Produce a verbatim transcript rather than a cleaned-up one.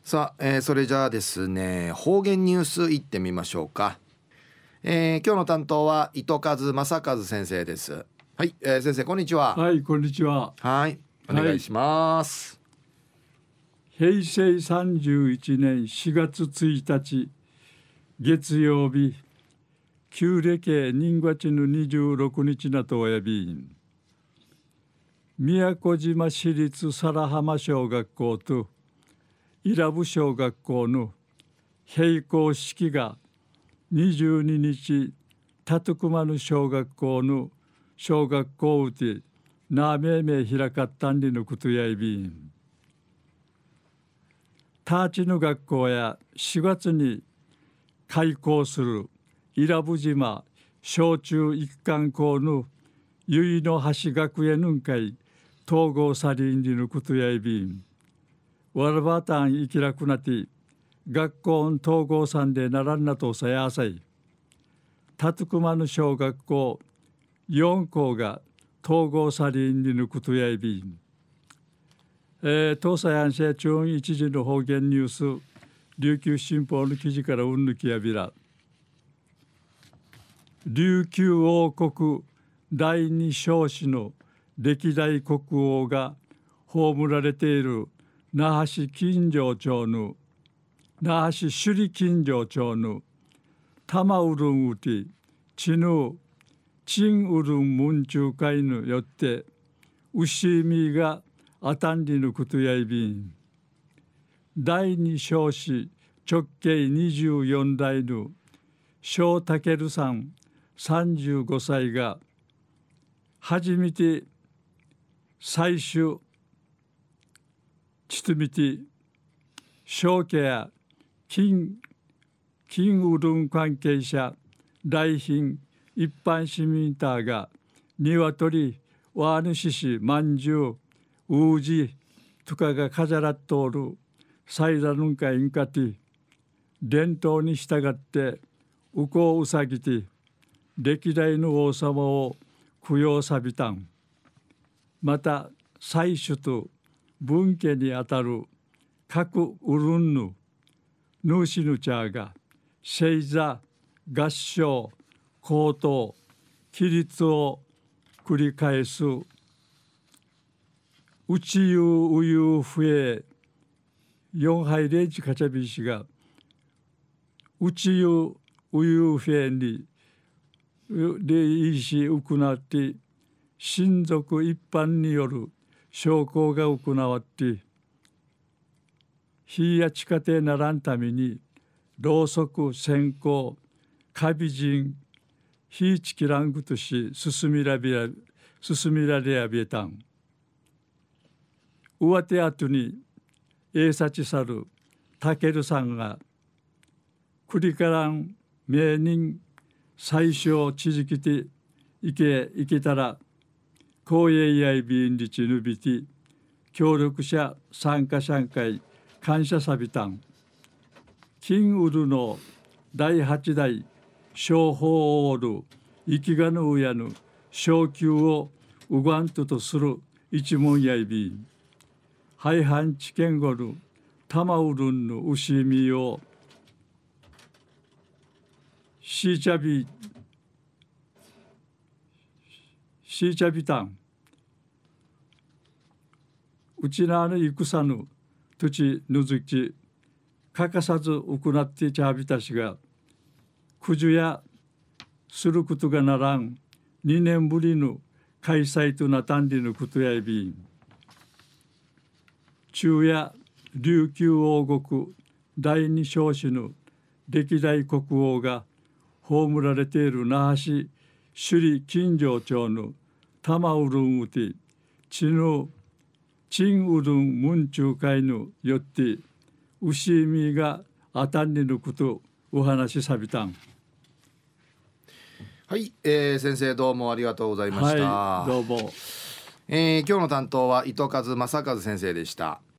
さあ、えー、それじゃあですね、方言ニュースいってみましょうか。えー、今日の担当は糸数正和先生です。はい、えー、先生こんにちは。 はい、こんにちは。 はい、お願いします。 はい、平成さんじゅういちねんしがつついたち月曜日、旧暦人月のにじゅうろくにちなとおやびん、宮古島市立皿浜小学校と伊良部小学校の閉校式がにじゅうににち、たとくまぬ小学校の小学校うてなめめ開かったんりのことやいびん。ターチの学校やしがつに開校する伊良部島小中一貫校の結の橋学園の会統合さりんりのことやいびん。わらばたん生きらくなて学校統合さんでならんなとさやさい。たとくまぬ小学校よん校が統合さりんりのことやいびん。えー、東西安市中央一時の方言ニュース琉球新報の記事からうんぬきやびら。琉球王国第二少子の歴代国王が葬られている那覇市金城町の那覇市首里金城町の玉うるんうてちぬちんうるん文中会のよって牛みがあたんりのことやいびん。第二少子直径にじゅうよん代の翔健さんさんじゅうごさいが初めて最終ちとみて小家や金金うるん関係者来賓一般市民たーが鶏わぬししまんじゅうううじとかが飾らっとおる祭壇のかいんかて伝統に従ってうこううさぎて歴代の王様を供養さびたん。また祭主と文家にあたる各うるんぬぬしぬちゃーが聖座合唱高等起立を繰り返すうちゆううゆうふえよんはいれいちかちゃびしがうちゆううゆうふえにでいし行って親族一般による焼香が行わって火や地下庭ならんためにろうそく線香カビジン火チキラングとし進みらびら進みられやびえたん。上手後に英さちさるたけるさんがくりからん名人最初地域ていけいけたら公営やいびんりちぬびて協力者参加者会感謝さびたん。金うるのだいはち代小法をおる生きがぬうやぬ昇級をうがんととする一門やいびん。廃藩置県後の玉うるんの牛みをしーちゃびしーちゃびたん。うちなの戦ぬ土地ぬずき欠かさず行ってちゃびたしがくじゅやすることがならんにねんぶりの開催となたんりのことやいびん。中夜琉球王国第二少子の歴代国王が葬られている那覇市首里金城町の玉うるんうてちぬちんうるん文中会のよって牛みがあたんりのことお話しさびたん。 はい、えー、先生どうもありがとうございました。 はい、どうも。 えー、今日の担当は糸数正和先生でした。